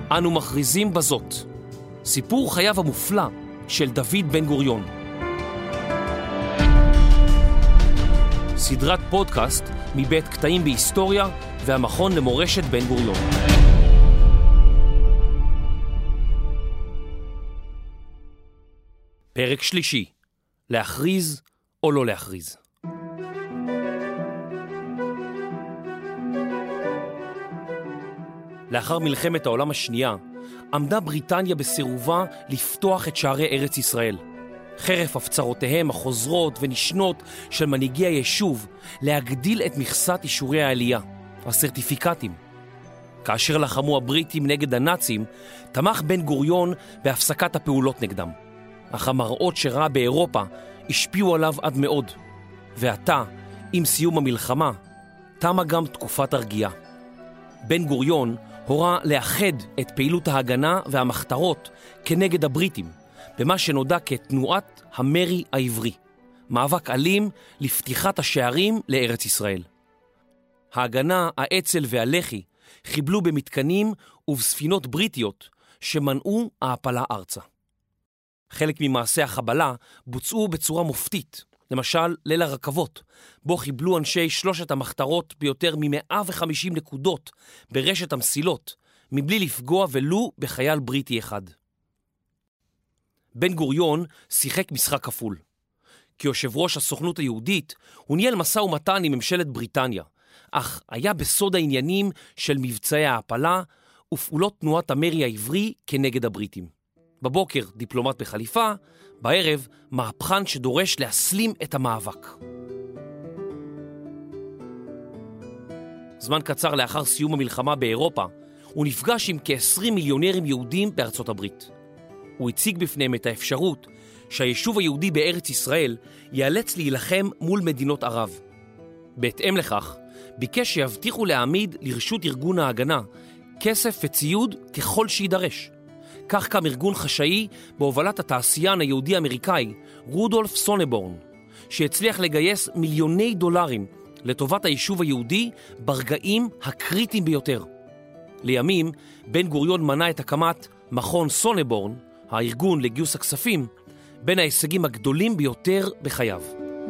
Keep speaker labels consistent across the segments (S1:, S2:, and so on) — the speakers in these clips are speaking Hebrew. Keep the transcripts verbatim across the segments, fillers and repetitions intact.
S1: אנו מכריזים בזאת. סיפור חייו המופלא של דוד בן גוריון. סדרת פודקאסט מבית קטעים בהיסטוריה והמכון למורשת בן גוריון. פרק שלישי, להכריז או לא להכריז. לאחר מלחמת העולם השנייה, עמדה בריטניה בסירובה לפתוח את שערי ארץ ישראל. חרף הפצרותיהם החוזרות ונשנות של מנהיגי היישוב להגדיל את מכסת אישורי העלייה, הסרטיפיקטים. כאשר לחמו הבריטים נגד הנאצים, תמך בן גוריון בהפסקת הפעולות נגדם. אך המראות שראה באירופה השפיעו עליו עד מאוד. ועתה, עם סיום המלחמה, תמה גם תקופת הרגיעה. בן גוריון הורה לאחד את פעילות ההגנה והמחתרות כנגד הבריטים, במה שנודע כתנועת המרי העברי, מאבק אלים לפתיחת השערים לארץ ישראל. ההגנה, האצ"ל והלח"י חיבלו במתקנים ובספינות בריטיות שמנעו העפלה ארצה. חלק ממעשי החבלה בוצעו בצורה מופתית, למשל ליל הרכבות, בו חיבלו אנשי שלושת המחתרות ביותר מ-מאה וחמישים נקודות ברשת המסילות, מבלי לפגוע ולו בחייל בריטי אחד. בן גוריון שיחק משחק כפול. כיושב ראש הסוכנות היהודית, הוא ניהל משא ומתן עם ממשלת בריטניה, אך היה בסוד העניינים של מבצעי ההעפלה ופעולות תנועת המרי העברי כנגד הבריטים. בבוקר דיפלומט בחליפה, בערב מהפכן שדורש להסלים את המאבק. זמן קצר לאחר סיום המלחמה באירופה, הוא נפגש עם כ-עשרים מיליונרים יהודים בארצות הברית. הוא הציג בפניהם את האפשרות שהיישוב היהודי בארץ ישראל ייאלץ להילחם מול מדינות ערב. בהתאם לכך, ביקש שיבטיחו להעמיד לרשות ארגון ההגנה כסף וציוד ככל שידרש. כך קם ארגון חשאי בהובלת התעשיין היהודי-אמריקאי רודולף סונבורן, שהצליח לגייס מיליוני דולרים לטובת היישוב היהודי ברגעים הקריטיים ביותר. לימים, בן גוריון מנה את הקמת מכון סונבורן, הארגון לגיוס הכספים, בין ההישגים הגדולים ביותר בחייו.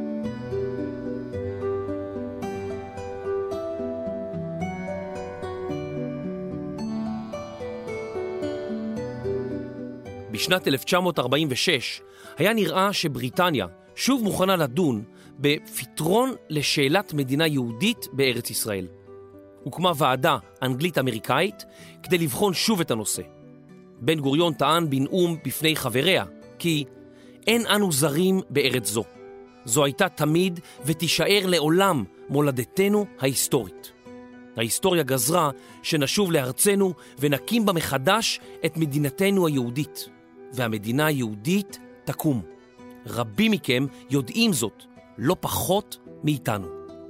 S1: בשנת אלף תשע מאות ארבעים ושש היה נראה שבריטניה שוב מוכנה לדון בפתרון לשאלת מדינה יהודית בארץ ישראל. הוקמה ועדה אנגלית-אמריקאית כדי לבחון שוב את הנושא. בן גוריון טען בנאום בפני חבריה כי אין אנו זרים בארץ זו. זו הייתה תמיד ותישאר לעולם מולדתנו ההיסטורית. ההיסטוריה גזרה שנשוב לארצנו ונקים בה מחדש את מדינתנו היהודית. והמדינה היהודית תקום. רבים מכם יודעים זאת, לא פחות מאיתנו.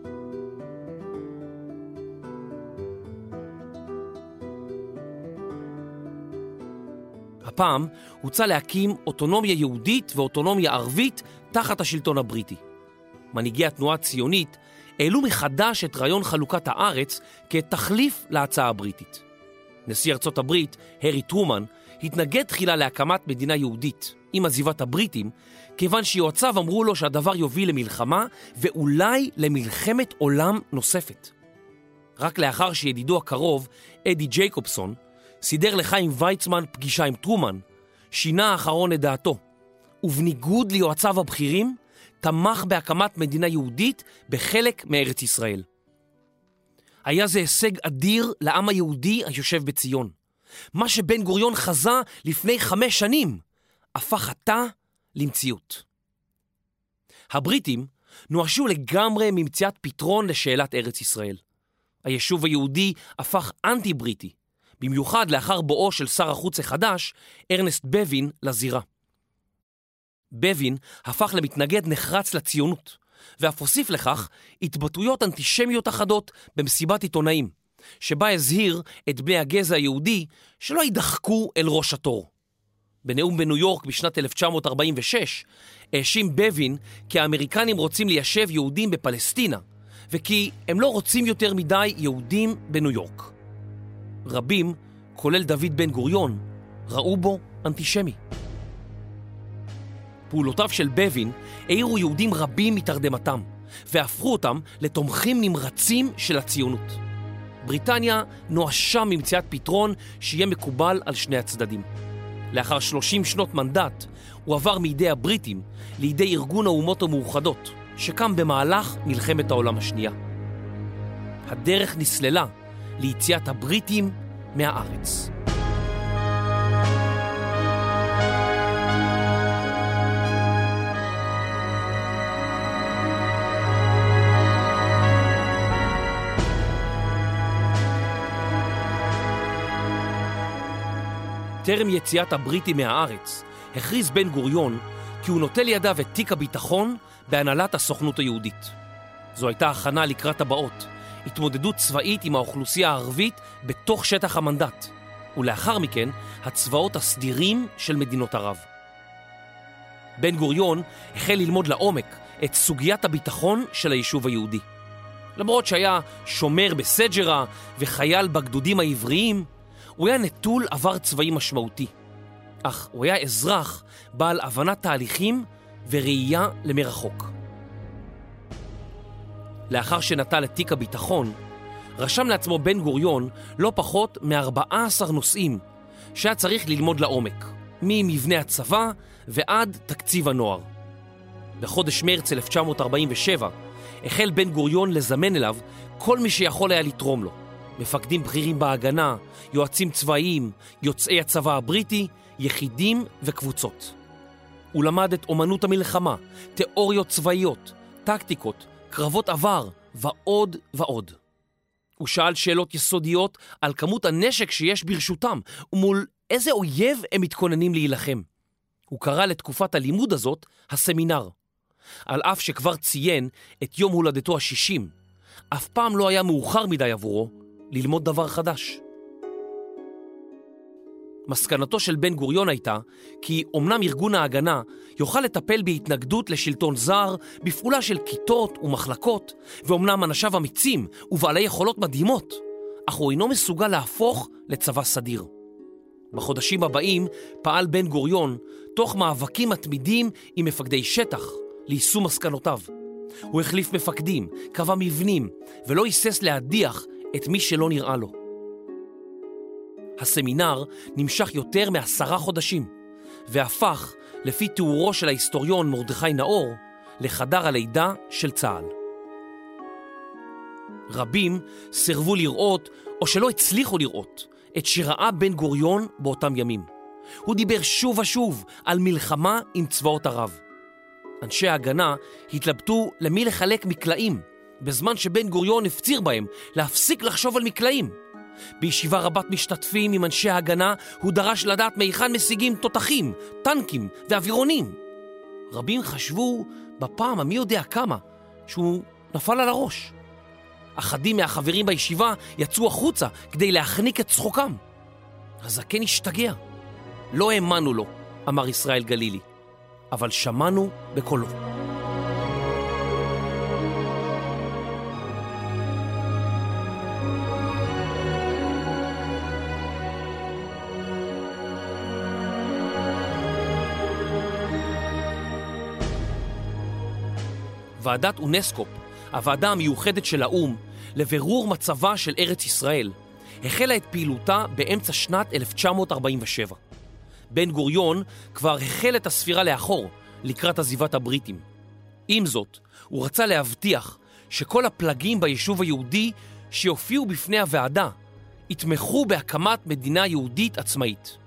S1: הפעם הוצע להקים אוטונומיה יהודית ואוטונומיה ערבית תחת השלטון הבריטי. מנהיגי התנועה הציונית העלו מחדש את רעיון חלוקת הארץ כתחליף להצעה הבריטית. נשיא ארצות הברית, הרי טרומן, התנגד תחילה להקמת מדינה יהודית עם עזיבת הבריטים, כיוון שיועציו אמרו לו שהדבר יוביל למלחמה ואולי למלחמת עולם נוספת. רק לאחר שידידו הקרוב, אדי ג'ייקובסון, סידר לחיים ויצמן פגישה עם טרומן, שינה האחרון את דעתו, ובניגוד ליועציו הבכירים, תמך בהקמת מדינה יהודית בחלק מארץ ישראל. היה זה הישג אדיר לעם היהודי היושב בציון. מה שבן גוריון חזה לפני חמש שנים, הפך עתה למציאות. הבריטים נואשו לגמרי ממציאת פתרון לשאלת ארץ ישראל. היישוב היהודי הפך אנטי-בריטי, במיוחד לאחר בואו של שר החוץ החדש, ארנסט בבין, לזירה. בבין הפך למתנגד נחרץ לציונות, ואף הוסיף לכך התבטאויות אנטישמיות אחדות במסיבת עיתונאים, שבה הזהיר את בני הגזע היהודי שלא יידחקו אל ראש התור. בנאום בניו יורק בשנת אלף תשע מאות ארבעים ושש, האשים בבין כי האמריקנים רוצים ליישב יהודים בפלסטינה, וכי הם לא רוצים יותר מדי יהודים בניו יורק. רבים, כולל דוד בן גוריון, ראו בו אנטישמי. פעולותיו של בבין העירו יהודים רבים מתרדמתם, והפכו אותם לתומכים נמרצים של הציונות. בריטניה נואשה ממציאת פתרון שיהיה מקובל על שני הצדדים. לאחר שלושים שנות מנדט הוא עבר מידי הבריטים לידי ארגון האומות המאוחדות, שקם במהלך מלחמת העולם השנייה. הדרך נסללה ליציאת הבריטים מהארץ. טרם יציאת הבריטים מהארץ, הכריז בן גוריון כי הוא נוטל לידיו את תיק הביטחון בהנהלת הסוכנות היהודית. זו הייתה הכנה לקראת הבאות, התמודדות צבאית עם האוכלוסייה הערבית בתוך שטח המנדט, ולאחר מכן הצבאות הסדירים של מדינות ערב. בן גוריון החל ללמוד לעומק את סוגיית הביטחון של היישוב היהודי. למרות שהיה שומר בסג'רה וחייל בגדודים העבריים, הוא היה נטול עבר צבאי משמעותי, אך הוא היה אזרח בעל הבנת תהליכים וראייה למרחוק. לאחר שנטל את תיק הביטחון, רשם לעצמו בן גוריון לא פחות מ-ארבעה עשר נושאים שהיה צריך ללמוד לעומק, ממבנה הצבא ועד תקציב הנוער. בחודש מרץ אלף תשע מאות ארבעים ושבע החל בן גוריון לזמן אליו כל מי שיכול היה לתרום לו. מפקדים בכירים בהגנה, יועצים צבאיים, יוצאי הצבא הבריטי, יחידים וקבוצות. הוא למד את אומנות המלחמה, תיאוריות צבאיות, טקטיקות, קרבות עבר ועוד ועוד. הוא שאל שאלות יסודיות על כמות הנשק שיש ברשותם ומול איזה אויב הם מתכוננים להילחם. הוא קרא לתקופת הלימוד הזאת הסמינר. על אף שכבר ציין את יום הולדתו השישים, אף פעם לא היה מאוחר מדי עבורו ללמוד דבר חדש. מסקנתו של בן גוריון הייתה כי אומנם ארגון ההגנה יוכל לטפל בהתנגדות לשלטון זר בפעולה של כיתות ומחלקות, ואומנם אנשיו אמיצים ובעלי יכולות מדהימות, אך הוא אינו מסוגל להפוך לצבא סדיר. בחודשים הבאים פעל בן גוריון תוך מאבקים מתמידים עם מפקדי שטח ליישום מסקנותיו. הוא החליף מפקדים, קבע מבנים, ולא היסס להדיח את מי שלא נראה לו. הסמינר נמשך יותר מעשרה חודשים, והפך, לפי תיאורו של ההיסטוריון מרדכי נאור, לחדר הלידה של צה"ל. רבים סירבו לראות, או שלא הצליחו לראות, את שראה בן גוריון באותם ימים. הוא דיבר שוב ושוב על מלחמה עם צבאות ערב. אנשי ההגנה התלבטו למי לחלק מקלעים, בזמן שבן גוריון הפציר בהם להפסיק לחשוב על מקלעים. בישיבה רבת משתתפים עם אנשי ההגנה הוא דרש לדעת מהיכן משיגים תותחים, טנקים ואווירונים. רבים חשבו בפעם המי יודע כמה שהוא נפל על הראש. אחדים מהחברים בישיבה יצאו החוצה כדי להחניק את צחוקם. הזקן השתגע. לא האמנו לו, אמר ישראל גלילי, אבל שמענו בקולו. ועדת אונסקופ, הוועדה המיוחדת של האום לבירור מצבה של ארץ ישראל, החלה את פעילותה באמצע שנת אלף תשע מאות ארבעים ושבע. בן גוריון כבר החל את הספירה לאחור לקראת עזיבת הבריטים. עם זאת, הוא רצה להבטיח שכל הפלגים ביישוב היהודי שיופיעו בפני הוועדה יתמכו בהקמת מדינה יהודית עצמאית.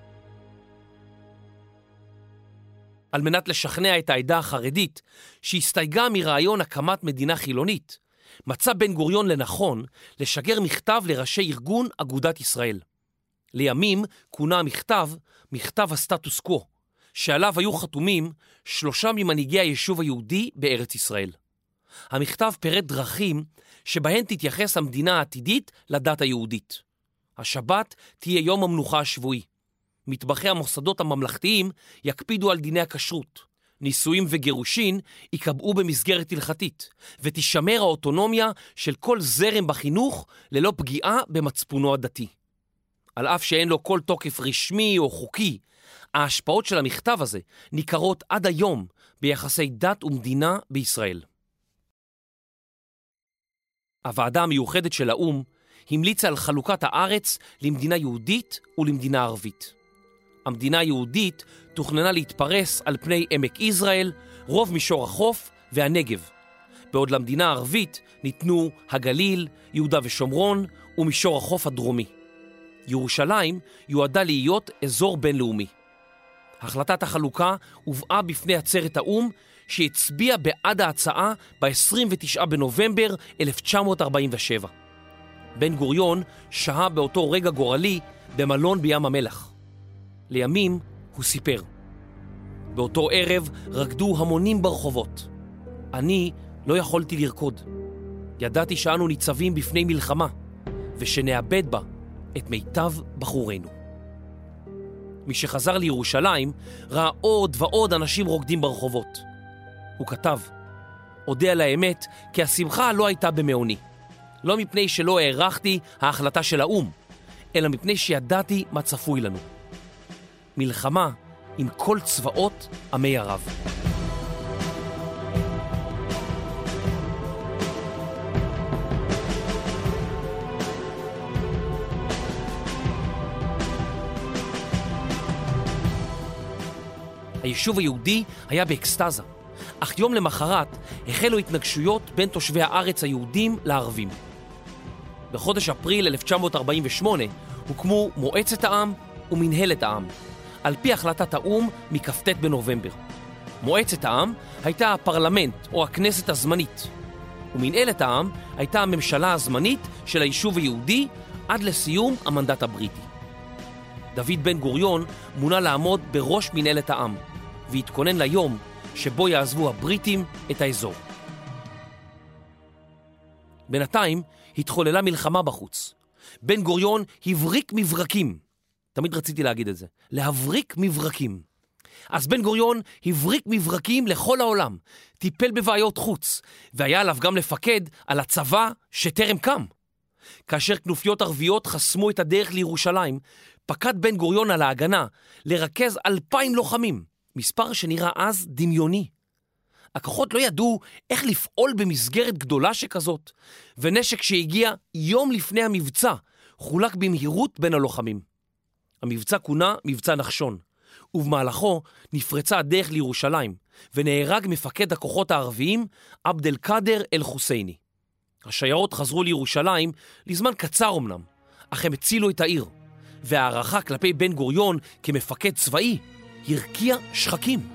S1: על מנת לשכנע את העדה החרדית שהסתייגה מרעיון הקמת מדינה חילונית, מצא בן גוריון לנכון לשגר מכתב לראשי ארגון אגודת ישראל. לימים כונה המכתב מכתב הסטטוס קוו, שעליו היו חתומים שלושה ממנהיגי היישוב היהודי בארץ ישראל. המכתב פירט דרכים שבהן תתייחס המדינה העתידית לדת היהודית. השבת תהיה יום המנוחה השבועי. מטבחי המוסדות הממלכתיים יקפידו על דיני הכשרות. נישואים וגירושין יקבעו במסגרת הלכתית, ותישמר האוטונומיה של כל זרם בחינוך ללא פגיעה במצפונו הדתי. על אף שאין לו כל תוקף רשמי או חוקי, ההשפעות של המכתב הזה ניכרות עד היום ביחסי דת ומדינה בישראל. הוועדה המיוחדת של האו"ם המליצה על חלוקת הארץ למדינה יהודית ולמדינה ערבית. המדינה היהודית תוכננה להתפרס על פני עמק יזרעאל, רוב מישור החוף והנגב, בעוד למדינה הערבית ניתנו הגליל, יהודה ושומרון ומישור החוף הדרומי. ירושלים יועדה להיות אזור בינלאומי. החלטת החלוקה הובאה בפני עצרת האו"ם שהצביע בעד ההצעה ב-עשרים ותשעה בנובמבר אלף תשע מאות ארבעים ושבע. בן גוריון שהה באותו רגע גורלי במלון בים המלח. לימים הוא סיפר: באותו ערב רקדו המונים ברחובות. אני לא יכולתי לרקוד. ידעתי שאנו ניצבים בפני מלחמה, ושנאבד בה את מיטב בחורינו. מי שחזר לירושלים ראה עוד ועוד אנשים רוקדים ברחובות. הוא כתב: אודה על האמת כי השמחה לא הייתה במעוני. לא מפני שלא הערכתי ההחלטה של האו"ם, אלא מפני שידעתי מה צפוי לנו. מלחמה עם כל צבאות עמי ערב. היישוב היהודי היה באקסטזה, אך יום למחרת החלו התנגשויות בין תושבי הארץ היהודים לערבים. בחודש אפריל אלף תשע מאות ארבעים ושמונה הוקמו מועצת העם ומנהלת העם, על פי החלטת האו"ם מכ"ט בנובמבר. מועצת העם הייתה הפרלמנט או הכנסת הזמנית, ומנהלת העם הייתה הממשלה הזמנית של היישוב היהודי עד לסיום המנדט הבריטי. דוד בן גוריון מונה לעמוד בראש מנהלת העם, והתכונן ליום שבו יעזבו הבריטים את האזור. בינתיים התחוללה מלחמה בחוץ. בן גוריון הבריק מברקים. תמיד רציתי להגיד את זה. להבריק מברקים. אז בן גוריון הבריק מברקים לכל העולם, טיפל בבעיות חוץ, והיה עליו גם לפקד על הצבא שטרם קם. כאשר כנופיות ערביות חסמו את הדרך לירושלים, פקד בן גוריון על ההגנה לרכז אלפיים לוחמים, מספר שנראה אז דמיוני. הכוחות לא ידעו איך לפעול במסגרת גדולה שכזאת, ונשק שהגיע יום לפני המבצע חולק במהירות בין הלוחמים. המבצע כונה מבצע נחשון, ובמהלכו נפרצה הדרך לירושלים, ונהרג מפקד הכוחות הערביים עבד אל קאדר אל חוסייני. השיירות חזרו לירושלים לזמן קצר אמנם, אך הם הצילו את העיר, והערכה כלפי בן גוריון כמפקד צבאי הרקיע שחקים.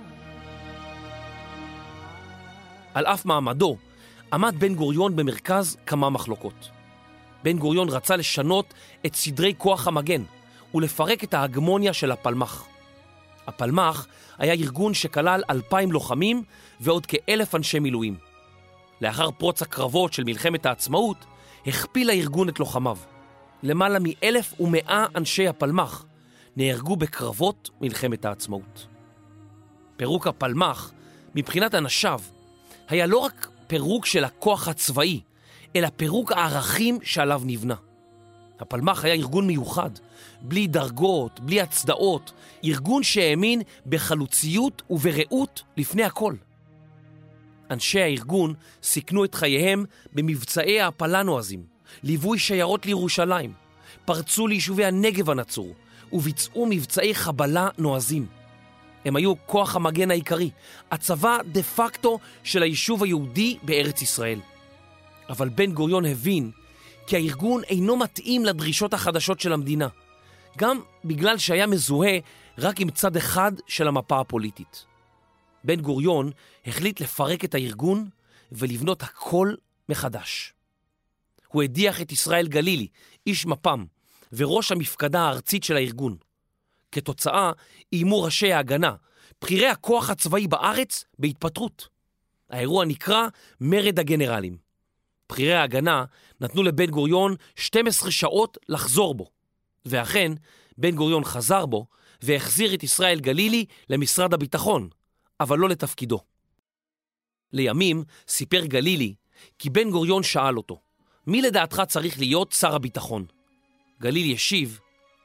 S1: על אף מעמדו עמד בן גוריון במרכז כמה מחלוקות. בן גוריון רצה לשנות את סדרי כוח המגן ולפרק את ההגמוניה של הפלמ"ח. הפלמ"ח היה ארגון שכלל אלפיים לוחמים ועוד כאלף אנשי מילואים. לאחר פרוץ הקרבות של מלחמת העצמאות הכפיל הארגון את לוחמיו. למעלה מאלף ומאה אנשי הפלמ"ח נהרגו בקרבות מלחמת העצמאות. פירוק הפלמ"ח מבחינת אנשיו היה לא רק פירוק של הכוח הצבאי, אלא פירוק הערכים שעליו נבנה. הפלמ"ח היה ארגון מיוחד, בלי דרגות, בלי הצדעות, ארגון שהאמין בחלוציות וברעות לפני הכל. אנשי הארגון סיכנו את חייהם במבצעי ההעפלה נועזים, ליווי שיירות לירושלים, פרצו ליישובי הנגב הנצור, וביצעו מבצעי חבלה נועזים. הם היו כוח המגן העיקרי, הצבא דה פקטו של היישוב היהודי בארץ ישראל. אבל בן גוריון הבין כי הארגון אינו מתאים לדרישות החדשות של המדינה, גם בגלל שהיה מזוהה רק עם צד אחד של המפה הפוליטית. בן גוריון החליט לפרק את הארגון ולבנות הכל מחדש. הוא הדיח את ישראל גלילי, איש מפ"ם, וראש המפקדה הארצית של הארגון. כתוצאה איימו ראשי ההגנה, בחירי הכוח הצבאי בארץ, בהתפטרות. האירוע נקרא מרד הגנרלים. בחירי ההגנה נתנו לבן גוריון שתים עשרה שעות לחזור בו, ואכן בן גוריון חזר בו והחזיר את ישראל גלילי למשרד הביטחון, אבל לא לתפקידו. לימים סיפר גלילי כי בן גוריון שאל אותו, מי לדעתך צריך להיות שר הביטחון? גלילי השיב,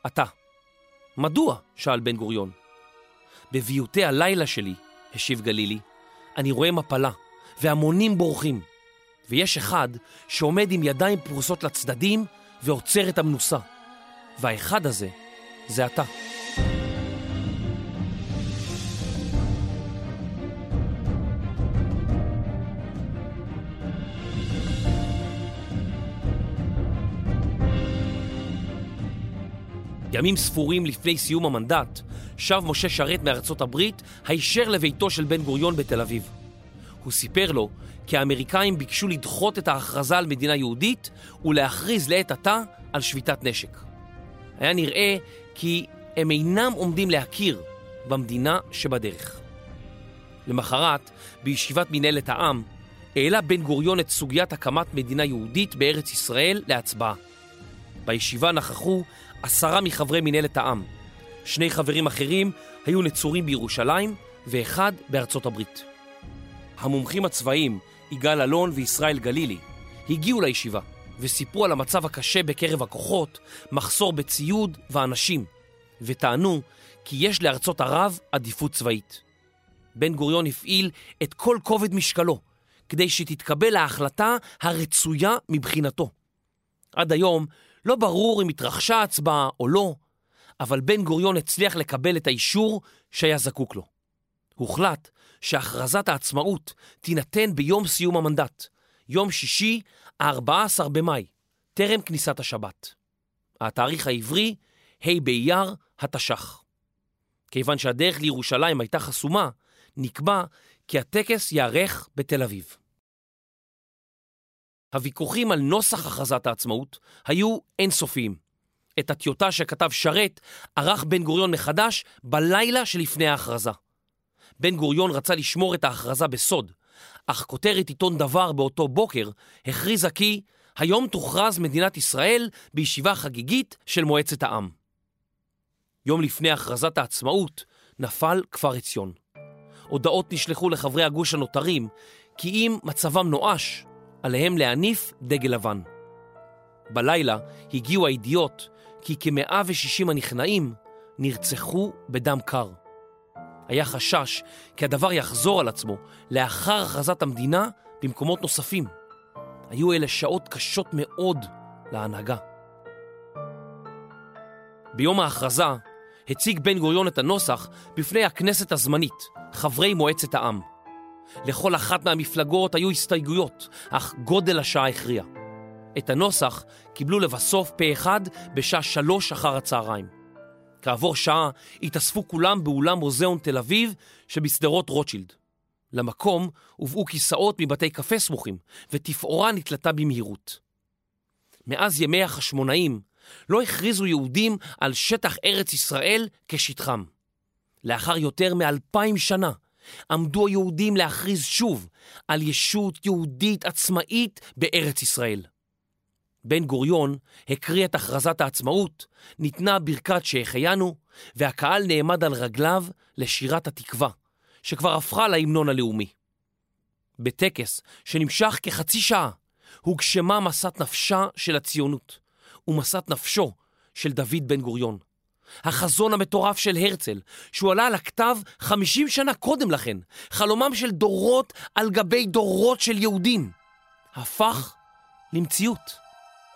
S1: אתה. מדוע? שאל בן גוריון. בביוטי הלילה שלי, השיב גלילי, אני רואה מפלה, והמונים בורחים, ויש אחד שעומד עם ידיים פרוסות לצדדים ועוצר את המנוסה, והאחד הזה זה אתה. ימים ספורים לפני סיום המנדט, שב משה שרת מארצות הברית הישר לביתו של בן גוריון בתל אביב. הוא סיפר לו כי האמריקאים ביקשו לדחות את ההכרזה על מדינה יהודית ולהכריז לעת עתה על שביתת נשק. היה נראה כי הם אינם עומדים להכיר במדינה שבדרך. למחרת, בישיבת מנהלת העם, העלה בן גוריון את סוגיית הקמת מדינה יהודית בארץ ישראל להצבעה. בישיבה נכחו עשרה מחברי מנהלת העם. שני חברים אחרים היו נצורים בירושלים ואחד בארצות הברית. המומחים הצבאיים, יגאל אלון וישראל גלילי, הגיעו לישיבה וסיפרו על המצב הקשה בקרב הכוחות, מחסור בציוד ואנשים, וטענו כי יש לארצות ערב עדיפות צבאית. בן גוריון הפעיל את כל כובד משקלו כדי שתתקבל ההחלטה הרצויה מבחינתו. עד היום לא ברור אם התרחשה הצבעה או לא, אבל בן גוריון הצליח לקבל את האישור שהיה זקוק לו. הוחלט שהכרזת העצמאות תינתן ביום סיום המנדט, יום שישי, ה-ארבעה עשר במאי, טרם כניסת השבת. התאריך העברי, ה' באייר התש"ח. כיוון שהדרך לירושלים הייתה חסומה, נקבע כי הטקס יערך בתל אביב. הוויכוחים על נוסח הכרזת העצמאות היו אינסופיים. את הטיוטה שכתב שרת ערך בן גוריון מחדש בלילה שלפני ההכרזה. בן גוריון רצה לשמור את ההכרזה בסוד, אך כותרת עיתון דבר באותו בוקר הכריזה כי היום תוכרז מדינת ישראל בישיבה חגיגית של מועצת העם. יום לפני הכרזת העצמאות נפל כפר עציון. הודעות נשלחו לחברי הגוש הנותרים כי אם מצבם נואש, עליהם להניף דגל לבן. בלילה הגיעו הידיעות כי כ-מאה ושישים הנכנעים נרצחו בדם קר. היה חשש כי הדבר יחזור על עצמו לאחר הכרזת המדינה במקומות נוספים. היו אלה שעות קשות מאוד להנהגה. ביום ההכרזה הציג בן גוריון את הנוסח בפני הכנסת הזמנית, חברי מועצת העם. לכל אחת מהמפלגות היו הסתייגויות, אך גודל השעה הכריע. את הנוסח קיבלו לבסוף פה אחד בשעה שלוש אחר הצהריים. כעבור שעה התאספו כולם באולם מוזיאון תל אביב שבשדרות רוטשילד. למקום הובאו כיסאות מבתי קפה סמוכים, ותפאורה נתלתה במהירות. מאז ימי החשמונאים לא הכריזו יהודים על שטח ארץ ישראל כשטחם. לאחר יותר מאלפיים שנה עמדו היהודים להכריז שוב על ישות יהודית עצמאית בארץ ישראל. בן גוריון הקריא את הכרזת העצמאות, ניתנה ברכת שהחיינו, והקהל נעמד על רגליו לשירת התקווה, שכבר הפכה להמנון הלאומי. בטקס שנמשך כחצי שעה, הוגשמה מסת נפשה של הציונות, ומסת נפשו של דוד בן גוריון. החזון המטורף של הרצל, שהוא עלה על הכתב חמישים שנה קודם לכן, חלומם של דורות על גבי דורות של יהודים, הפך למציאות.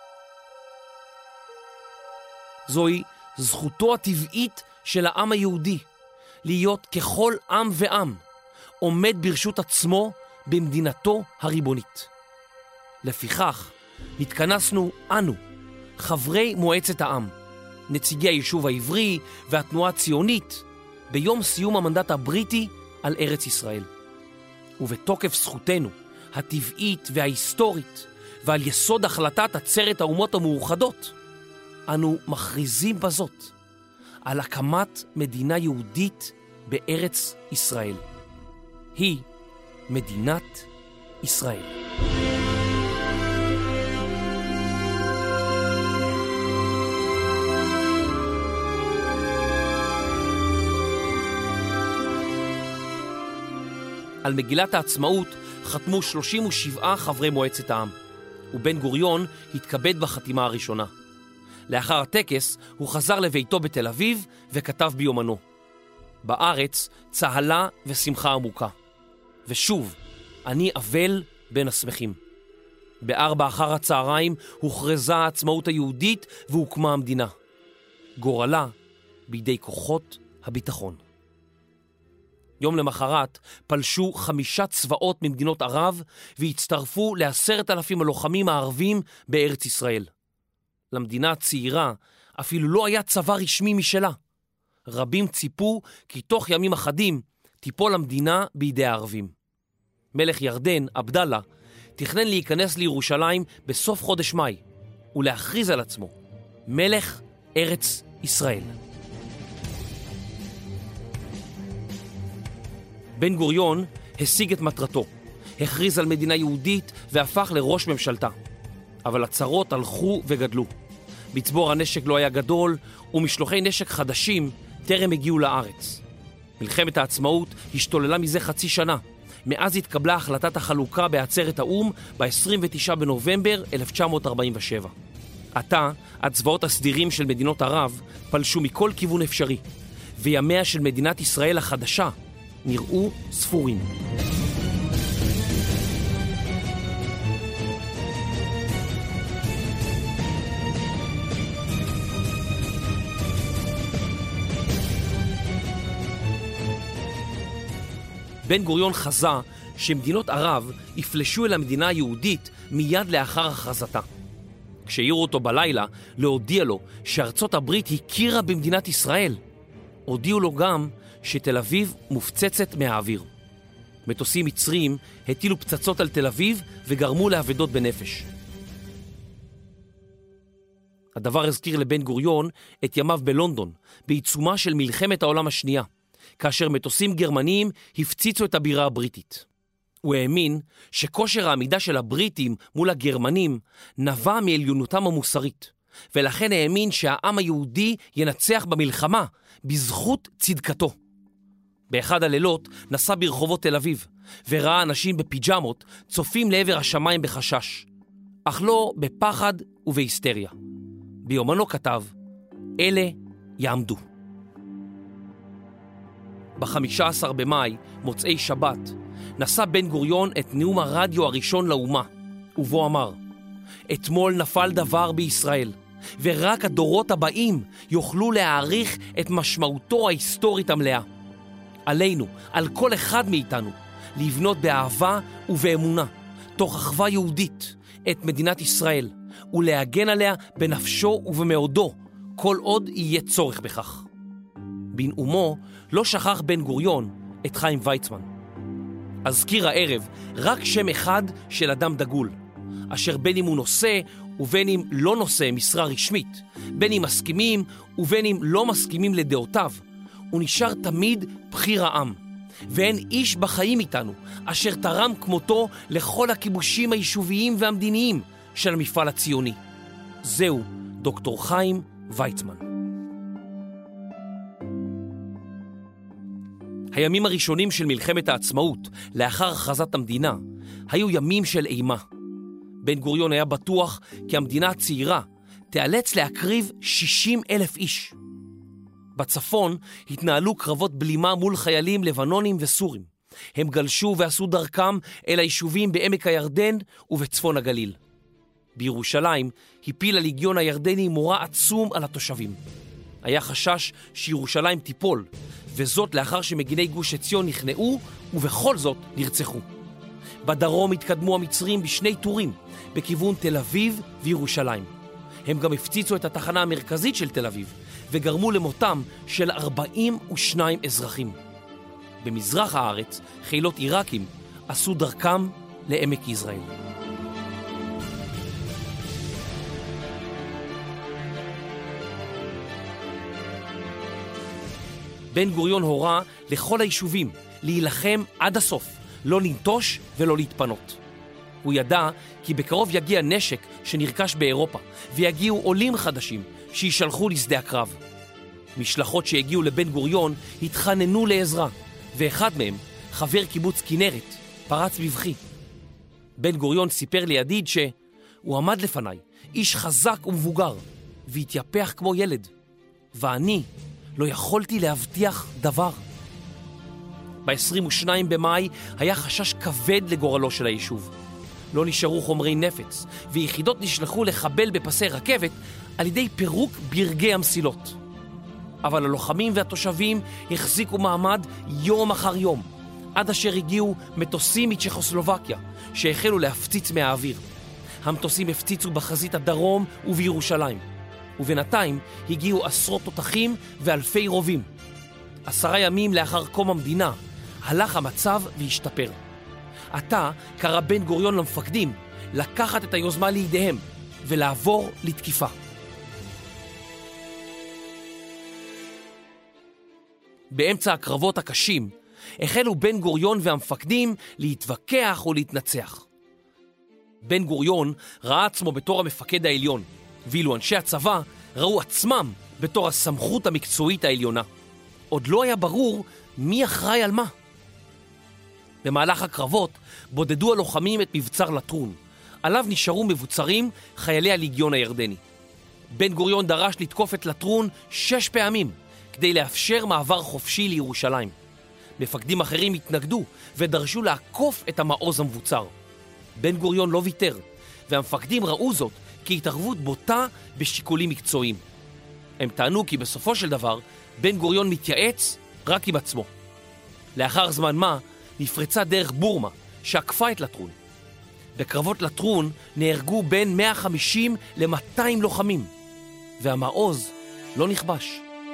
S1: זוהי זכותו הטבעית של העם היהודי, להיות ככל עם ועם, עומד ברשות עצמו במדינתו הריבונית. לפיכך, התכנסנו אנו, חברי מועצת העם, נציגי היישוב העברי והתנועה הציונית, ביום סיום המנדט הבריטי על ארץ ישראל. ובתוקף זכותנו, הטבעית וההיסטורית, ועל יסוד החלטת עצרת האומות המאוחדות, אנו מכריזים בזאת על הקמת מדינה יהודית בארץ ישראל. היא מדינת ישראל. על מגילת העצמאות חתמו שלושים ושבעה חברי מועצת העם, ובן גוריון התכבד בחתימה הראשונה. לאחר הטקס הוא חזר לביתו בתל אביב וכתב ביומנו: בארץ צהלה ושמחה עמוקה, ושוב אני אבל בין השמחים. בארבע אחר הצהריים הוכרזה העצמאות היהודית והוקמה המדינה. גורלה בידי כוחות הביטחון. יום למחרת פלשו חמישה צבאות ממדינות ערב והצטרפו לעשרת אלפים הלוחמים הערבים בארץ ישראל. למדינה הצעירה אפילו לא היה צבא רשמי משלה. רבים ציפו כי תוך ימים אחדים תיפול המדינה בידי הערבים. מלך ירדן, עבדאללה, תכנן להיכנס לירושלים בסוף חודש מאי ולהכריז על עצמו מלך ארץ ישראל. בן גוריון השיג את מטרתו, הכריז על מדינה יהודית והפך לראש ממשלתה. אבל הצרות הלכו וגדלו. מצבור הנשק לא היה גדול, ומשלוחי נשק חדשים טרם הגיעו לארץ. מלחמת העצמאות השתוללה מזה חצי שנה. מאז התקבלה החלטת החלוקה בעצרת האום ב-עשרים ותשעה בנובמבר אלף תשע מאות ארבעים ושבע. עתה, הצבאות הסדירים של מדינות ערב פלשו מכל כיוון אפשרי, וימיה של מדינת ישראל החדשה נראו ספורים. בן גוריון חזה שמדינות ערב יפלשו אל המדינה היהודית מיד לאחר הכרזתה. כשהעירו אותו בלילה להודיע לו שארצות הברית הכירה במדינת ישראל, הודיעו לו גם שתל אביב מופצצת מהאוויר. מטוסים מצרים הטילו פצצות על תל אביב וגרמו לאבדות בנפש. הדבר הזכיר לבן גוריון את ימיו בלונדון, בעיצומה של מלחמת העולם השנייה, כאשר מטוסים גרמניים הפציצו את הבירה הבריטית. הוא האמין שכושר העמידה של הבריטים מול הגרמנים נבע מעליונותם המוסרית, ולכן האמין שהעם היהודי ינצח במלחמה בזכות צדקתו. באחד הלילות נסע ברחובות תל אביב, וראה אנשים בפיג'מות צופים לעבר השמיים בחשש, אך לא בפחד ובהיסטריה. ביומנו כתב: אלה יעמדו. ב-חמישה עשר במאי, מוצאי שבת, נשא בן גוריון את נאום הרדיו הראשון לאומה, ובו אמר: אתמול נפל דבר בישראל, ורק הדורות הבאים יוכלו להעריך את משמעותו ההיסטורית המלאה. עלינו, על כל אחד מאיתנו, לבנות באהבה ובאמונה, תוך אחווה יהודית, את מדינת ישראל, ולהגן עליה בנפשו ובמאודו, כל עוד יהיה צורך בכך. בנאומו לא שכח בן גוריון את חיים ויצמן. אזכיר הערב רק שם אחד של אדם דגול, אשר בין אם הוא נושא ובין אם לא נושא משרה רשמית, בין אם מסכימים ובין אם לא מסכימים לדעותיו, הוא נשאר תמיד בחיר העם, ואין איש בחיים איתנו אשר תרם כמותו לכל הכיבושים היישוביים והמדיניים של המפעל הציוני. זהו דוקטור חיים ויצמן. הימים הראשונים של מלחמת העצמאות לאחר הכרזת המדינה היו ימים של אימה. בן גוריון היה בטוח כי המדינה הצעירה תיאלץ להקריב שישים אלף איש. בצפון התנהלו קרבות בלימה מול חיילים לבנונים וסורים. הם גלשו ועשו דרכם אל היישובים בעמק הירדן ובצפון הגליל. בירושלים הפיל הליגיון הירדני מורא עצום על התושבים. היה חשש שירושלים תיפול, וזאת לאחר שמגיני גוש עציון נכנעו ובכל זאת נרצחו. בדרום התקדמו המצרים בשני טורים, בכיוון תל אביב וירושלים. הם גם הפציצו את התחנה המרכזית של תל אביב, וגרמו למותם של ארבעים ושניים אזרחים. במזרח הארץ, חילות עיראקים עשו דרכם לעמק יזרעאל. בן גוריון הורה לכל היישובים להילחם עד הסוף, לא לנטוש ולא להתפנות. הוא ידע כי בקרוב יגיע נשק שנרכש באירופה, ויגיעו עולים חדשים שישלחו לשדה הקרב. משלחות שהגיעו לבן גוריון התחננו לעזרה, ואחד מהם, חבר קיבוץ כנרת, פרץ בבכי. בן גוריון סיפר לידיד שהוא עמד לפניי, איש חזק ומבוגר, והתייפח כמו ילד, ואני לא יכולתי להבטיח דבר. ב-עשרים ושניים במאי היה חשש כבד לגורלו של היישוב. לא נשארו חומרי נפץ, ויחידות נשלחו לחבל בפסי רכבת על ידי פירוק ברגי המסילות. אבל הלוחמים והתושבים החזיקו מעמד יום אחר יום, עד אשר הגיעו מטוסים מצ'כוסלובקיה, שהחלו להפציץ מהאוויר. המטוסים הפציצו בחזית הדרום ובירושלים, ובינתיים הגיעו עשרות תותחים ואלפי רובים. עשרה ימים לאחר קום המדינה, הלך המצב והשתפר. עתה קרא בן גוריון למפקדים לקחת את היוזמה לידיהם ולעבור לתקיפה. באמצע הקרבות הקשים החלו בן גוריון והמפקדים להתווכח ולהתנצח. בן גוריון ראה עצמו בתור המפקד העליון, ואילו אנשי הצבא ראו עצמם בתור הסמכות המקצועית העליונה. עוד לא היה ברור מי אחראי על מה. במהלך הקרבות בודדו הלוחמים את מבצר לטרון, עליו נשארו מבוצרים חיילי הליגיון הירדני. בן גוריון דרש לתקוף את לטרון שש פעמים כדי לאפשר מעבר חופשי לירושלים. מפקדים אחרים התנגדו ודרשו לעקוף את המעוז המבוצר. בן גוריון לא ויתר, והמפקדים ראו זאת כהתערבות בוטה בשיקולים מקצועיים. הם טענו כי בסופו של דבר בן גוריון מתייעץ רק עם עצמו. לאחר זמן מה נפרצה דרך בורמה שעקפה את לטרון. בקרבות לטרון נהרגו בין מאה וחמישים ל-מאתיים לוחמים, והמעוז לא נכבש.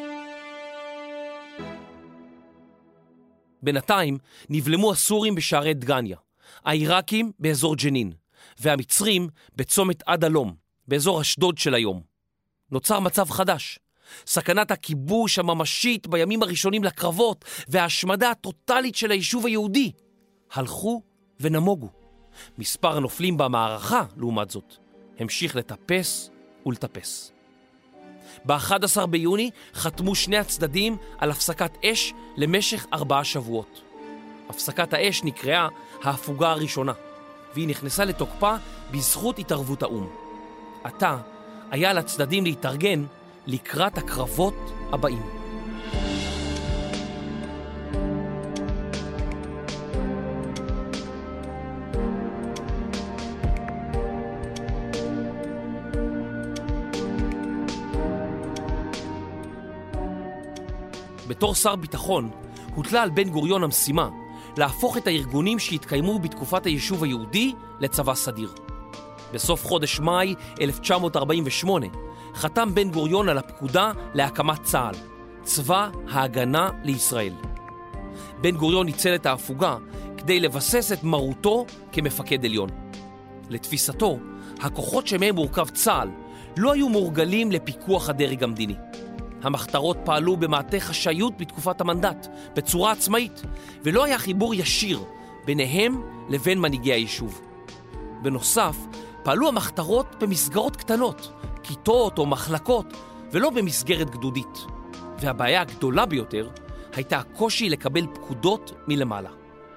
S1: בינתיים נבלמו הסורים בשערי דגניה, העיראקים באזור ג'נין, והמצרים בצומת עד הלום, באזור אשדוד של היום. נוצר מצב חדש. סכנת הכיבוש הממשית בימים הראשונים לקרבות וההשמדה הטוטלית של היישוב היהודי הלכו ונמוגו. מספר הנופלים במערכה, לעומת זאת, המשיך לטפס ולטפס. ב-אחד עשר ביוני חתמו שני הצדדים על הפסקת אש למשך ארבעה שבועות. הפסקת האש נקראה ההפוגה הראשונה, והיא נכנסה לתוקפה בזכות התערבות האום. עתה היה לצדדים להתארגן לקראת הקרבות הבאים. בתור שר ביטחון הוטלה על בן גוריון המשימה להפוך את הארגונים שהתקיימו בתקופת היישוב היהודי לצבא סדיר. בסוף חודש מאי אלף תשע מאות ארבעים ושמונה חתם בן גוריון על הפקודה להקמת צה"ל, צבא ההגנה לישראל. בן גוריון ניצל את ההפוגה כדי לבסס את מרותו כמפקד עליון. לתפיסתו, הכוחות שמהם מורכב צה"ל לא היו מורגלים לפיקוח הדרג המדיני. המחתרות פעלו במעטה חשאיות בתקופת המנדט, בצורה עצמאית, ולא היה חיבור ישיר ביניהם לבין מנהיגי היישוב. בנוסף, פעלו המחתרות במסגרות קטנות, כיתות או מחלקות, ולא במסגרת גדודית. והבעיה הגדולה ביותר הייתה הקושי לקבל פקודות מלמעלה.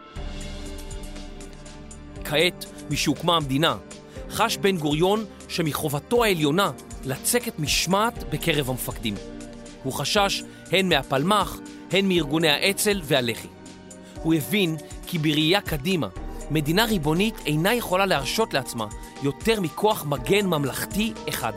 S1: כעת, משהוקמה המדינה, חש בן גוריון שמחובתו העליונה לצקת משמעת בקרב המפקדים. הוא חשש הן מהפלמ"ח, הן מארגוני האצ"ל והלח"י. הוא הבין כי בראייה קדימה, מדינה ריבונית אינה יכולה להרשות לעצמה יותר מכוח מגן ממלכתי אחד.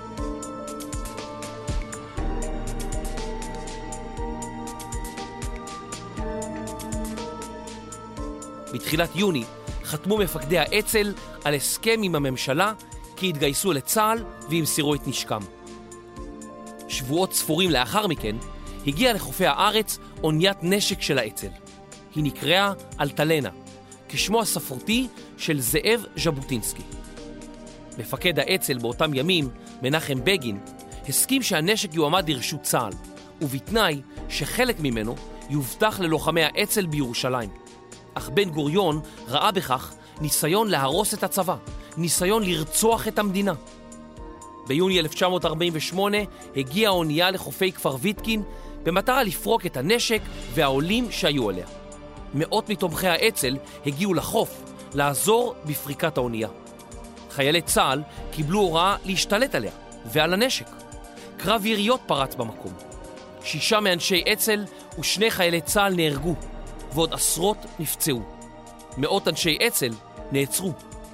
S1: בתחילת יוני חתמו מפקדי האצ"ל על הסכם עם הממשלה כי התגייסו לצה"ל וימסרו את נשקם. שבועות ספורים לאחר מכן הגיעה לחופי הארץ אוניית נשק של האצ"ל. היא נקראה אלטלנה, כשמו הספרותי של זאב ז'בוטינסקי. מפקד האצ"ל באותם ימים, מנחם בגין, הסכים שהנשק יועמד לרשות צה"ל, ובתנאי שחלק ממנו יובטח ללוחמי האצ"ל בירושלים. אך בן גוריון ראה בכך ניסיון להרוס את הצבא, ניסיון לרצוח את המדינה. ביוני אלף תשע מאות ארבעים ושמונה הגיעה האונייה לחופי כפר ויתקין במטרה לפרוק את הנשק והעולים שהיו עליה. מאות מתומכי האצ"ל הגיעו לחוף לעזור בפריקת האונייה. חיילי צה"ל קיבלו הוראה להשתלט עליה ועל הנשק, קרב יריות פרץ במקום. שישה מאנשי אצ"ל ושני חיילי צה"ל נהרגו, ועוד עשרות נפצעו. מאות אנשי אצ"ל נעצרו.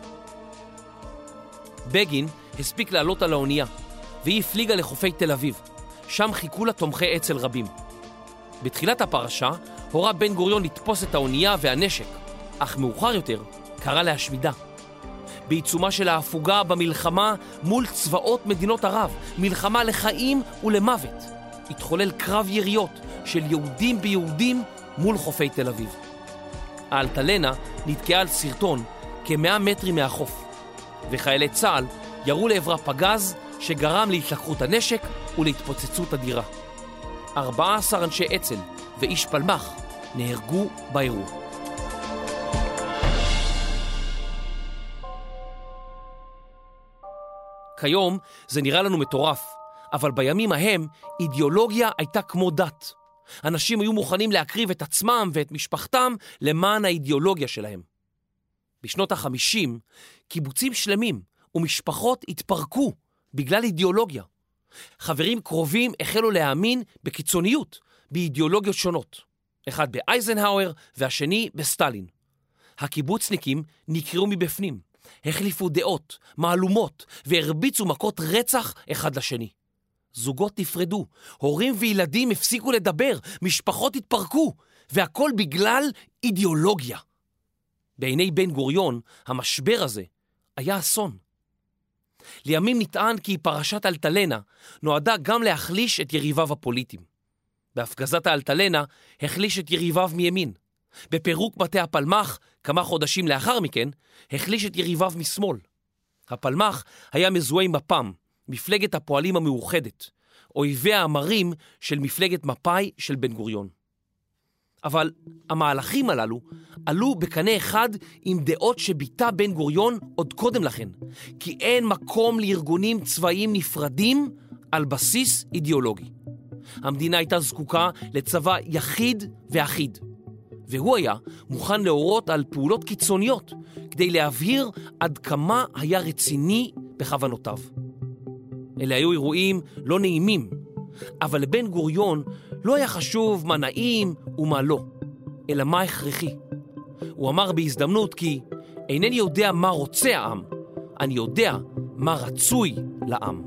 S1: בגין הספיק לעלות על האונייה, והיא הפליגה לחופי תל אביב. שם חיכו לה תומכי אצ"ל רבים. בתחילת הפרשה הורה בן גוריון לתפוס את האונייה והנשק, אך מאוחר יותר קרא להשמידה. בעיצומה של ההפוגה במלחמה מול צבאות מדינות ערב, מלחמה לחיים ולמוות, התחולל קרב יריות של יהודים ביהודים מול חופי תל אביב. האלטלנה נתקעה על סרטון כמאה מטרים מהחוף, וחיילי צה"ל ירו לעברה פגז שגרם להתלקחות הנשק ולהתפוצצות אדירה. ארבעה עשר אנשי אצ"ל ואיש פלמ"ח נהרגו באירוע. כיום זה נראה לנו מטורף, אבל בימים ההם אידיאולוגיה הייתה כמו דת. אנשים היו מוכנים להקריב את עצמם ואת משפחתם למען האידיאולוגיה שלהם. בשנות החמישים קיבוצים שלמים ומשפחות התפרקו בגלל אידיאולוגיה. חברים קרובים החלו להאמין בקיצוניות, באידיאולוגיות שונות. אחד באייזנהאואר והשני בסטלין. הקיבוצניקים נקראו מבפנים, החליפו דעות, מהלומות והרביצו מכות רצח אחד לשני. זוגות נפרדו, הורים וילדים הפסיקו לדבר, משפחות התפרקו, והכל בגלל אידיאולוגיה. בעיני בן גוריון, המשבר הזה היה אסון. לימים נטען כי פרשת אלטלנה נועדה גם להחליש את יריביו הפוליטיים. בהפגזת האלטלנה החליש את יריביו מימין. בפירוק בתי הפלמ"ח, כמה חודשים לאחר מכן, החליש את יריביו משמאל. הפלמ"ח היה מזוהה עם מפ"ם, מפלגת הפועלים המאוחדת, אויביה המרים של מפלגת מפא"י של בן גוריון. אבל המהלכים הללו עלו בקנה אחד עם דעות שביטא בן גוריון עוד קודם לכן, כי אין מקום לארגונים צבאיים נפרדים על בסיס אידיאולוגי. המדינה הייתה זקוקה לצבא יחיד ואחיד, והוא היה מוכן להורות על פעולות קיצוניות כדי להבהיר עד כמה היה רציני בכוונותיו. אלה היו אירועים לא נעימים, אבל לבן גוריון לא היה חשוב מה נעים ומה לא, אלא מה הכרחי. הוא אמר בהזדמנות כי אינני יודע מה רוצה העם, אני יודע מה רצוי לעם.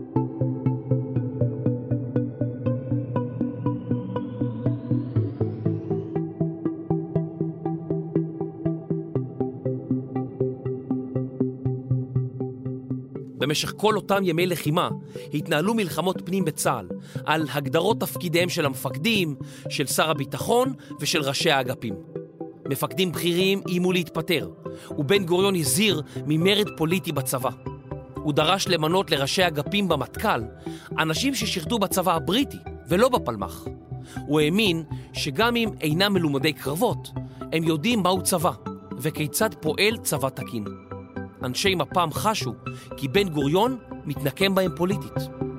S1: במשך כל אותם ימי לחימה התנהלו מלחמות פנים בצה"ל על הגדרות תפקידיהם של המפקדים, של שר הביטחון ושל ראשי האגפים. מפקדים בכירים איימו להתפטר, ובן גוריון הזהיר ממרד פוליטי בצבא. הוא דרש למנות לראשי אגפים במטכ"ל אנשים ששירתו בצבא הבריטי ולא בפלמ"ח. הוא האמין שגם אם אינם מלומדי קרבות, הם יודעים מהו צבא וכיצד פועל צבא תקין. אנשי מפ"ם חשו כי בן גוריון מתנקם בהם פוליטית.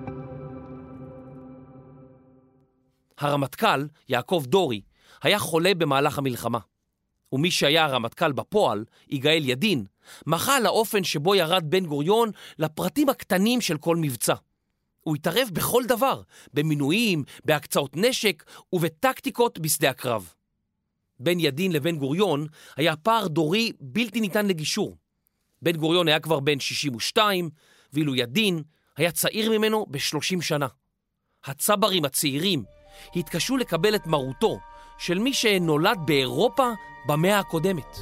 S1: הרמטכ"ל, יעקב דורי, היה חולה במהלך המלחמה. ומי שהיה הרמטכ"ל בפועל, יגאל ידין, מחה על האופן שבו ירד בן גוריון לפרטים הקטנים של כל מבצע. הוא התערב בכל דבר, במינויים, בהקצאות נשק ובטקטיקות בשדה הקרב. בין ידין לבן גוריון היה פער דורי בלתי ניתן לגישור. בן גוריון היה כבר בן שישים ושתיים, ואילו ידין היה צעיר ממנו ב-שלושים שנה. הצברים הצעירים התקשו לקבל את מרותו של מי שנולד באירופה במאה הקודמת.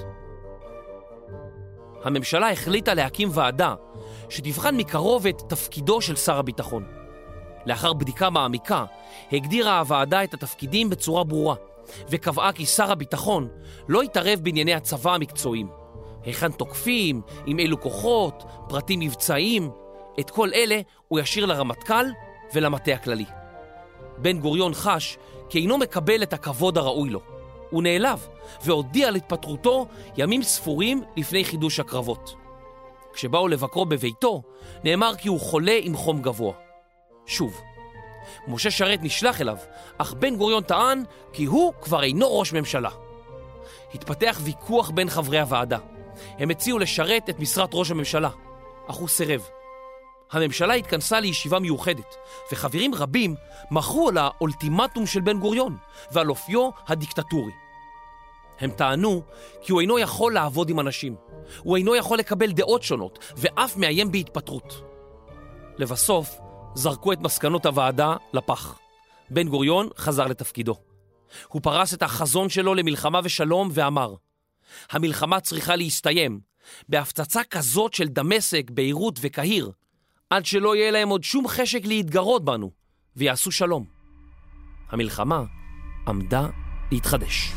S1: הממשלה החליטה להקים ועדה שתבחן מקרוב את תפקידו של שר הביטחון. לאחר בדיקה מעמיקה, הגדירה הוועדה את התפקידים בצורה ברורה, וקבעה כי שר הביטחון לא יתערב בענייני הצבא המקצועיים. היכן תוקפים, עם אילו כוחות, פרטים מבצעיים, את כל אלה הוא ישאיר לרמטכ"ל ולמטה הכללי. בן גוריון חש כי אינו מקבל את הכבוד הראוי לו. הוא נעלב והודיע על התפטרותו ימים ספורים לפני חידוש הקרבות. כשבאו לבקרו בביתו, נאמר כי הוא חולה עם חום גבוה. שוב, משה שרת נשלח אליו, אך בן גוריון טען כי הוא כבר אינו ראש ממשלה. התפתח ויכוח בין חברי הוועדה. הם הציעו לשרת את משרת ראש הממשלה, אך הוא סירב. הממשלה התכנסה לישיבה מיוחדת, וחברים רבים מחו על האולטימטום של בן גוריון ועל אופיו הדיקטטורי. הם טענו כי הוא אינו יכול לעבוד עם אנשים, הוא אינו יכול לקבל דעות שונות, ואף מאיים בהתפטרות. לבסוף, זרקו את מסקנות הוועדה לפח. בן גוריון חזר לתפקידו. הוא פרס את החזון שלו למלחמה ושלום ואמר, המלחמה צריכה להסתיים בהפצצה כזאת של דמשק, ביירות וקהיר, עד שלא יהיה להם עוד שום חשק להתגרות בנו, ויעשו שלום. המלחמה עמדה להתחדש.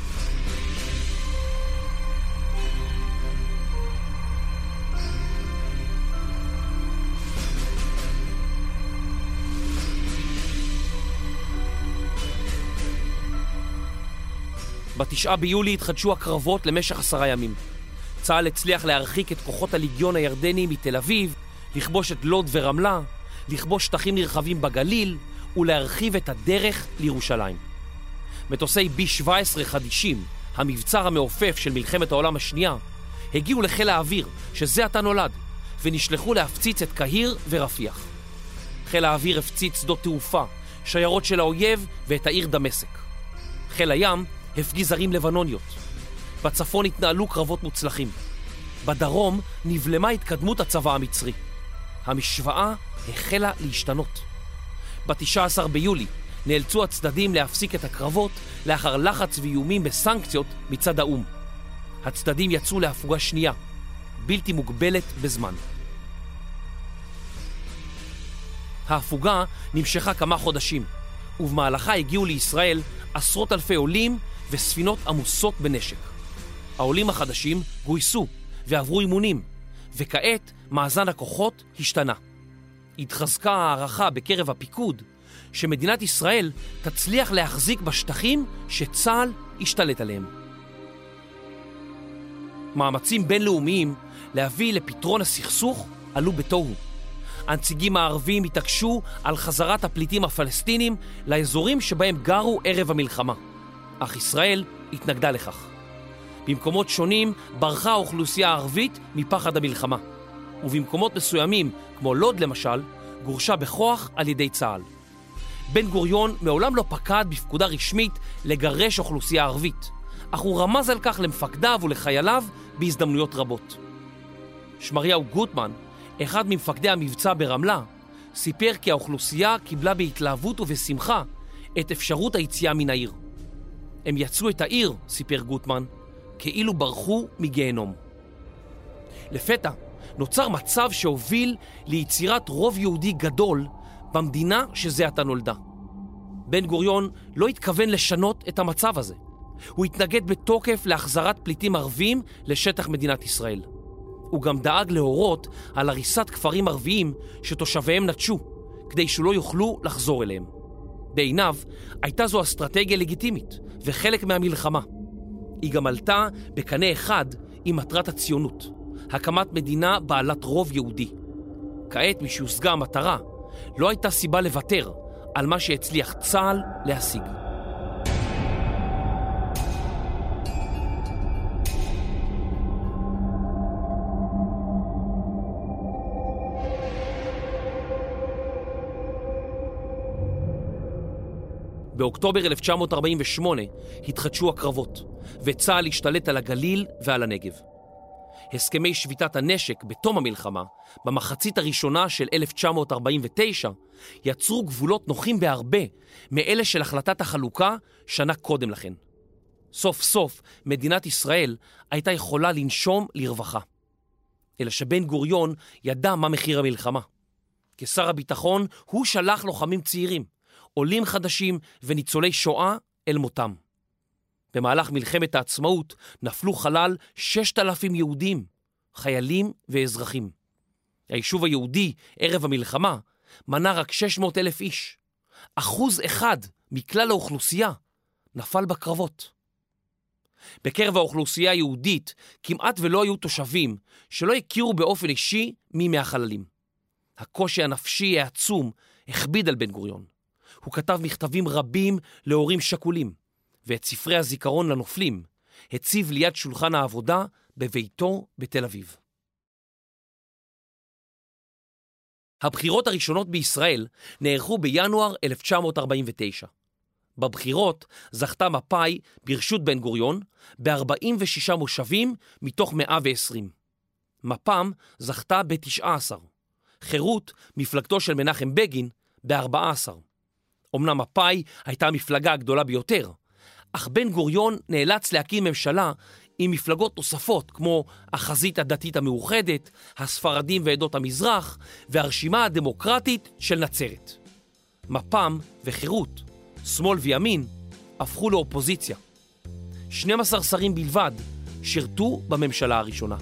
S1: בתשעה ביולי התחדשו הקרבות למשך עשרה ימים. צה"ל הצליח להרחיק את כוחות הליגיון הירדני מתל אביב, לכבוש את לוד ורמלה, לכבוש שטחים נרחבים בגליל ולהרחיב את הדרך לירושלים. מטוסי בי שבע עשרה חדישים, המבצר המעופף של מלחמת העולם השנייה, הגיעו לחיל האוויר, שזה עתה נולד, ונשלחו להפציץ את קהיר ורפיח. חיל האוויר הפציץ שדות תעופה, שיירות של האויב ואת העיר דמשק. חיל הים הפגיז ערים לבנוניות. בצפון התנהלו קרבות מוצלחים. בדרום נבלמה התקדמות הצבא המצרי. המשוואה החלה להשתנות. ב-תשעה עשר ביולי נאלצו הצדדים להפסיק את הקרבות לאחר לחץ ואיומים בסנקציות מצד האו"ם. הצדדים יצאו להפוגה שנייה, בלתי מוגבלת בזמן. ההפוגה נמשכה כמה חודשים, ובמהלכה הגיעו לישראל עשרות אלפי עולים וספינות עמוסות בנשק. העולים החדשים גויסו ועברו אימונים, וכעת מאזן הכוחות השתנה. התחזקה הערכה בקרב הפיקוד שמדינת ישראל תצליח להחזיק בשטחים שצה"ל השתלט עליהם. מאמצים בינלאומיים להביא לפתרון הסכסוך עלו בתוהו. הנציגים הערבים התעקשו על חזרת הפליטים הפלסטינים לאזורים שבהם גרו ערב המלחמה, אך ישראל התנגדה לכך. במקומות שונים ברחה האוכלוסייה הערבית מפחד המלחמה, ובמקומות מסוימים, כמו לוד למשל, גורשה בכוח על ידי צה"ל. בן גוריון מעולם לא פקד בפקודה רשמית לגרש אוכלוסייה ערבית, אך הוא רמז על כך למפקדיו ולחייליו בהזדמנויות רבות. שמריהו גוטמן, אחד ממפקדי המבצע ברמלה, סיפר כי האוכלוסייה קיבלה בהתלהבות ובשמחה את אפשרות היציאה מן העיר. הם יצאו את העיר, סיפר גוטמן, כאילו ברחו מגיהנום. לפתע נוצר מצב שהוביל ליצירת רוב יהודי גדול במדינה שזה עתה נולדה. בן גוריון לא התכוון לשנות את המצב הזה. הוא התנגד בתוקף להחזרת פליטים ערבים לשטח מדינת ישראל. הוא גם דאג להורות על הריסת כפרים ערביים שתושביהם נטשו, כדי שלא יוכלו לחזור אליהם. בעיניו הייתה זו אסטרטגיה לגיטימית וחלק מהמלחמה. היא גם עלתה בקנה אחד עם מטרת הציונות, הקמת מדינה בעלת רוב יהודי. כעת משהושגה המטרה, לא הייתה סיבה לוותר על מה שהצליח צה"ל להשיג. באוקטובר אלף תשע מאות ארבעים ושמונה התחדשו הקרבות, וצה"ל השתלט על הגליל ועל הנגב. הסכמי שביתת הנשק בתום המלחמה, במחצית הראשונה של אלף תשע מאות ארבעים ותשע, יצרו גבולות נוחים בהרבה מאלה של החלטת החלוקה שנה קודם לכן. סוף סוף מדינת ישראל הייתה יכולה לנשום לרווחה. אלא שבן גוריון ידע מה מחיר המלחמה. כשר הביטחון הוא שלח לוחמים צעירים, עולים חדשים וניצולי שואה אל מותם. במהלך מלחמת העצמאות נפלו חלל ששת אלפים יהודים, חיילים ואזרחים. היישוב היהודי ערב המלחמה מנה רק שש מאות אלף איש. אחוז אחד מכלל האוכלוסייה נפל בקרבות. בקרב האוכלוסייה היהודית כמעט ולא היו תושבים שלא הכירו באופן אישי מי מהחללים. הקושי הנפשי העצום הכביד על בן גוריון. הוא כתב מכתבים רבים להורים שכולים, ואת ספרי הזיכרון לנופלים הציב ליד שולחן העבודה בביתו בתל אביב. הבחירות הראשונות בישראל נערכו בינואר אלף תשע מאות ארבעים ותשע. בבחירות זכתה מפא"י ברשות בן גוריון ב-ארבעים ושישה מושבים מתוך מאה ועשרים. מפ"ם זכתה ב-תשעה עשר. חירות, מפלגתו של מנחם בגין, ב-ארבעה עשר. אמנם מפא"י הייתה המפלגה הגדולה ביותר, אך בן גוריון נאלץ להקים ממשלה עם מפלגות נוספות כמו החזית הדתית המאוחדת, הספרדים ועדות המזרח והרשימה הדמוקרטית של נצרת. מפ"ם וחירות, שמאל וימין, הפכו לאופוזיציה. שנים עשר שרים בלבד שירתו בממשלה הראשונה.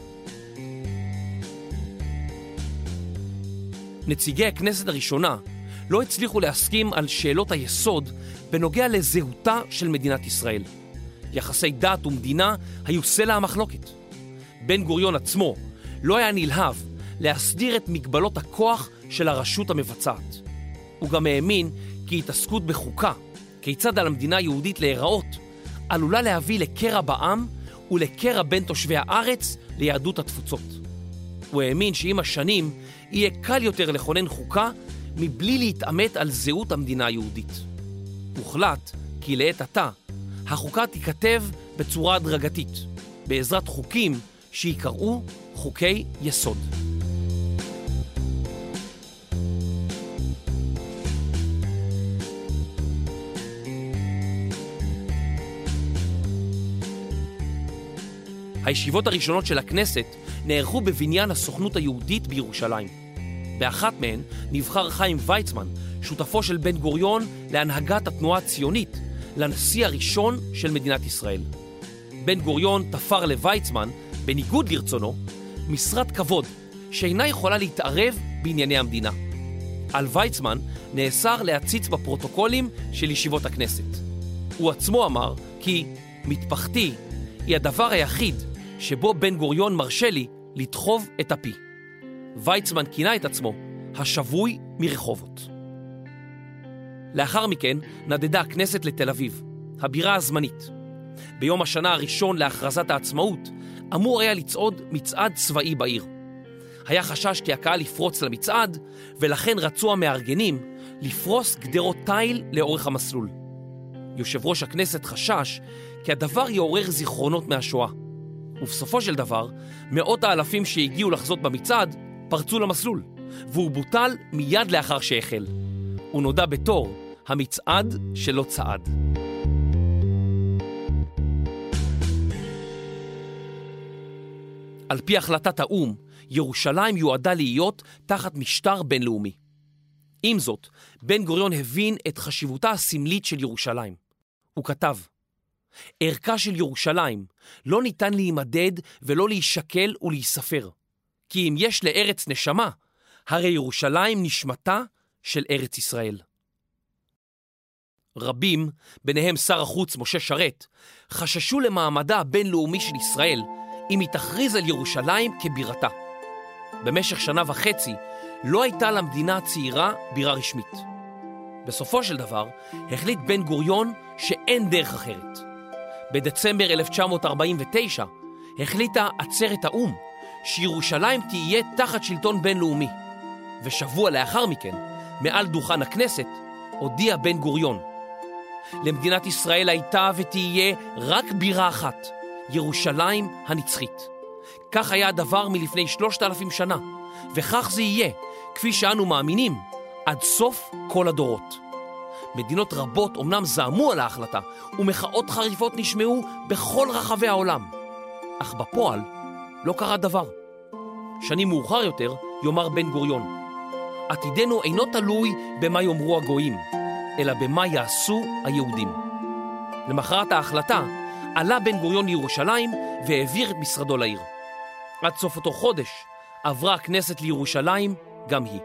S1: נציגי הכנסת הראשונה לא הצליחו להסכים על שאלות היסוד בנוגע לזהותה של מדינת ישראל. יחסי דת ומדינה היו סלע המחלוקת. בן גוריון עצמו לא היה נלהב להסדיר את מגבלות הכוח של הרשות המבצעת. הוא גם האמין כי התעסקות בחוקה, כיצד על המדינה היהודית להיראות, עלולה להביא לקרע בעם ולקרע בין תושבי הארץ ליהדות התפוצות. הוא האמין שעם השנים יהיה קל יותר לכונן חוקה מבלי להתאמת על זהות המדינה היהודית. הוחלט כי לעת עתה החוקה תיכתב בצורה הדרגתית, בעזרת חוקים שיקראו חוקי יסוד. הישיבות הראשונות של הכנסת נערכו בבניין הסוכנות היהודית בירושלים. באחת מהן נבחר חיים ויצמן, שותפו של בן גוריון להנהגת התנועה הציונית, לנשיא הראשון של מדינת ישראל. בן גוריון תפר לויצמן, בניגוד לרצונו, משרת כבוד שאינה יכולה להתערב בענייני המדינה. על ויצמן נאסר להציץ בפרוטוקולים של ישיבות הכנסת. הוא עצמו אמר כי מטפחתי היא הדבר היחיד שבו בן גוריון מרשה לי לדחוב את הפי. ויצמן כינה את עצמו השבוי מרחובות. לאחר מכן נדדה הכנסת לתל אביב, הבירה הזמנית. ביום השנה הראשון להכרזת העצמאות אמור היה לצעוד מצעד צבאי בעיר. היה חשש כי הקהל יפרוץ למצעד, ולכן רצו המארגנים לפרוס גדרות תיל לאורך המסלול. יושב ראש הכנסת חשש כי הדבר יעורר זיכרונות מהשואה. ובסופו של דבר, מאות האלפים שהגיעו לחזות במצעד פרצו למסלול, והוא בוטל מיד לאחר שהחל. הוא נודע בתור המצעד שלא צעד. על פי החלטת האום, ירושלים יועדה להיות תחת משטר בינלאומי. עם זאת, בן גוריון הבין את חשיבותה הסמלית של ירושלים. הוא כתב, ערכה של ירושלים לא ניתן להימדד ולא להישקל ולהיספר, כי אם יש לארץ נשמה, הרי ירושלים נשמתה של ארץ ישראל. רבים, ביניהם שר החוץ משה שרת, חששו למעמדה הבינלאומי של ישראל אם היא תכריז על ירושלים כבירתה. במשך שנה וחצי לא הייתה למדינה הצעירה בירה רשמית. בסופו של דבר החליט בן גוריון שאין דרך אחרת. בדצמבר אלף תשע מאות ארבעים ותשע החליטה עצרת האום שירושלים תהיה תחת שלטון בינלאומי. ושבוע לאחר מכן, מעל דוכן הכנסת, הודיע בן גוריון, למדינת ישראל הייתה ותהיה רק בירה אחת, ירושלים הנצחית. כך היה הדבר מלפני שלושת אלפים שנה, וכך זה יהיה, כפי שאנו מאמינים, עד סוף כל הדורות. מדינות רבות אומנם זעמו על ההחלטה, ומחאות חריפות נשמעו בכל רחבי העולם. אך בפועל לא קרה דבר. שנים מאוחר יותר יאמר בן גוריון, עתידנו אינו תלוי במה יאמרו הגויים, אלא במה יעשו היהודים. למחרת ההחלטה עלה בן גוריון לירושלים והעביר את משרדו לעיר. עד סוף אותו חודש עברה הכנסת לירושלים גם היא.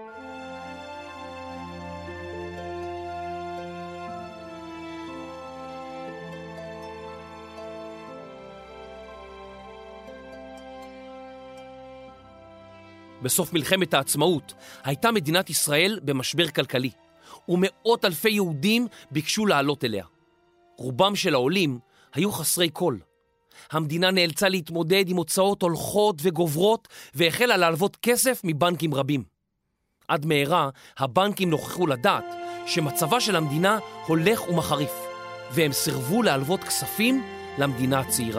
S1: בסוף מלחמת העצמאות הייתה מדינת ישראל במשבר כלכלי, ומאות אלפי יהודים ביקשו לעלות אליה. רובם של העולים היו חסרי כל. המדינה נאלצה להתמודד עם הוצאות הולכות וגוברות, והחלה להלוות כסף מבנקים רבים. עד מהרה הבנקים נוכחו לדעת שמצבה של המדינה הולך ומחריף, והם סירבו להלוות כספים למדינה הצעירה.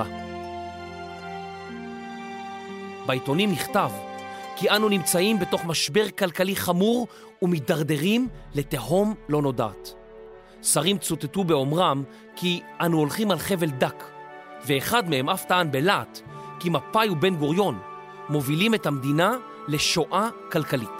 S1: בעיתונים נכתב כי אנו נמצאים בתוך משבר כלכלי חמור ומתדרדרים לתהום לא נודעת. שרים צוטטו באומרם כי אנו הולכים על חבל דק, ואחד מהם אף טען בלהט כי מפא"י ובן גוריון מובילים את המדינה לשואה כלכלית.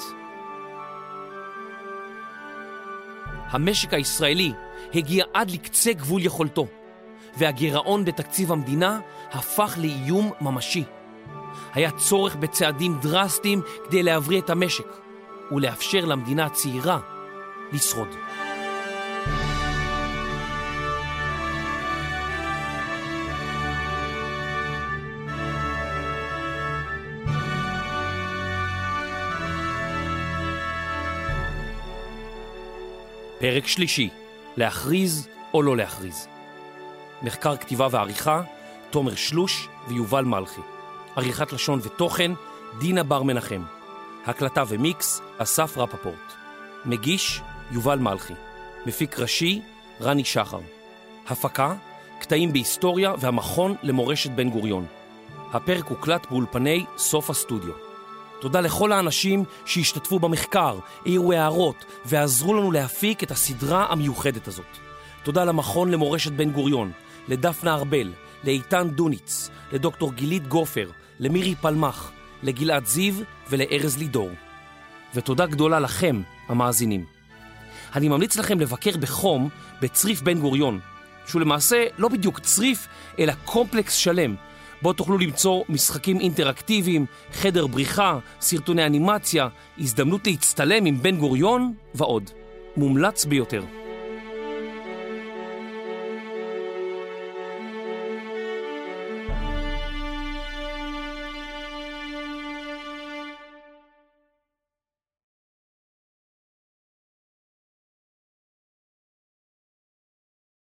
S1: המשק הישראלי הגיע עד לקצה גבול יכולתו, והגירעון בתקציב המדינה הפך לאיום ממשי. היה צורך בצעדים דרסטיים כדי להבריא את המשק ולאפשר למדינה הצעירה לשרוד. פרק שלישי, להכריז או לא להכריז. מחקר כתיבה ועריכה, תומר שלוש ויובל מלכי. עריכת לשון ותוכן, דינה בר מנחם. הקלטה ומיקס, אסף רפפורט. מגיש, יובל מלכי. מפיק ראשי, רני שחר. הפקה, קטעים בהיסטוריה והמכון למורשת בן גוריון. הפרק הוקלט באולפני סוף הסטודיו. תודה לכל האנשים שהשתתפו במחקר, העירו הערות ועזרו לנו להפיק את הסדרה המיוחדת הזאת. תודה למכון למורשת בן גוריון, לדפנה ארבל, לאיתן דוניץ, לדוקטור גילית גופר, למירי פלמח, לגלעד זיו ולארז לידור. ותודה גדולה לכם, המאזינים. אני ממליץ לכם לבקר בחום בצריף בן גוריון, שהוא למעשה לא בדיוק צריף, אלא קומפלקס שלם, בו תוכלו למצוא משחקים אינטראקטיביים, חדר בריחה, סרטוני אנימציה, הזדמנות להצטלם עם בן גוריון ועוד. מומלץ ביותר.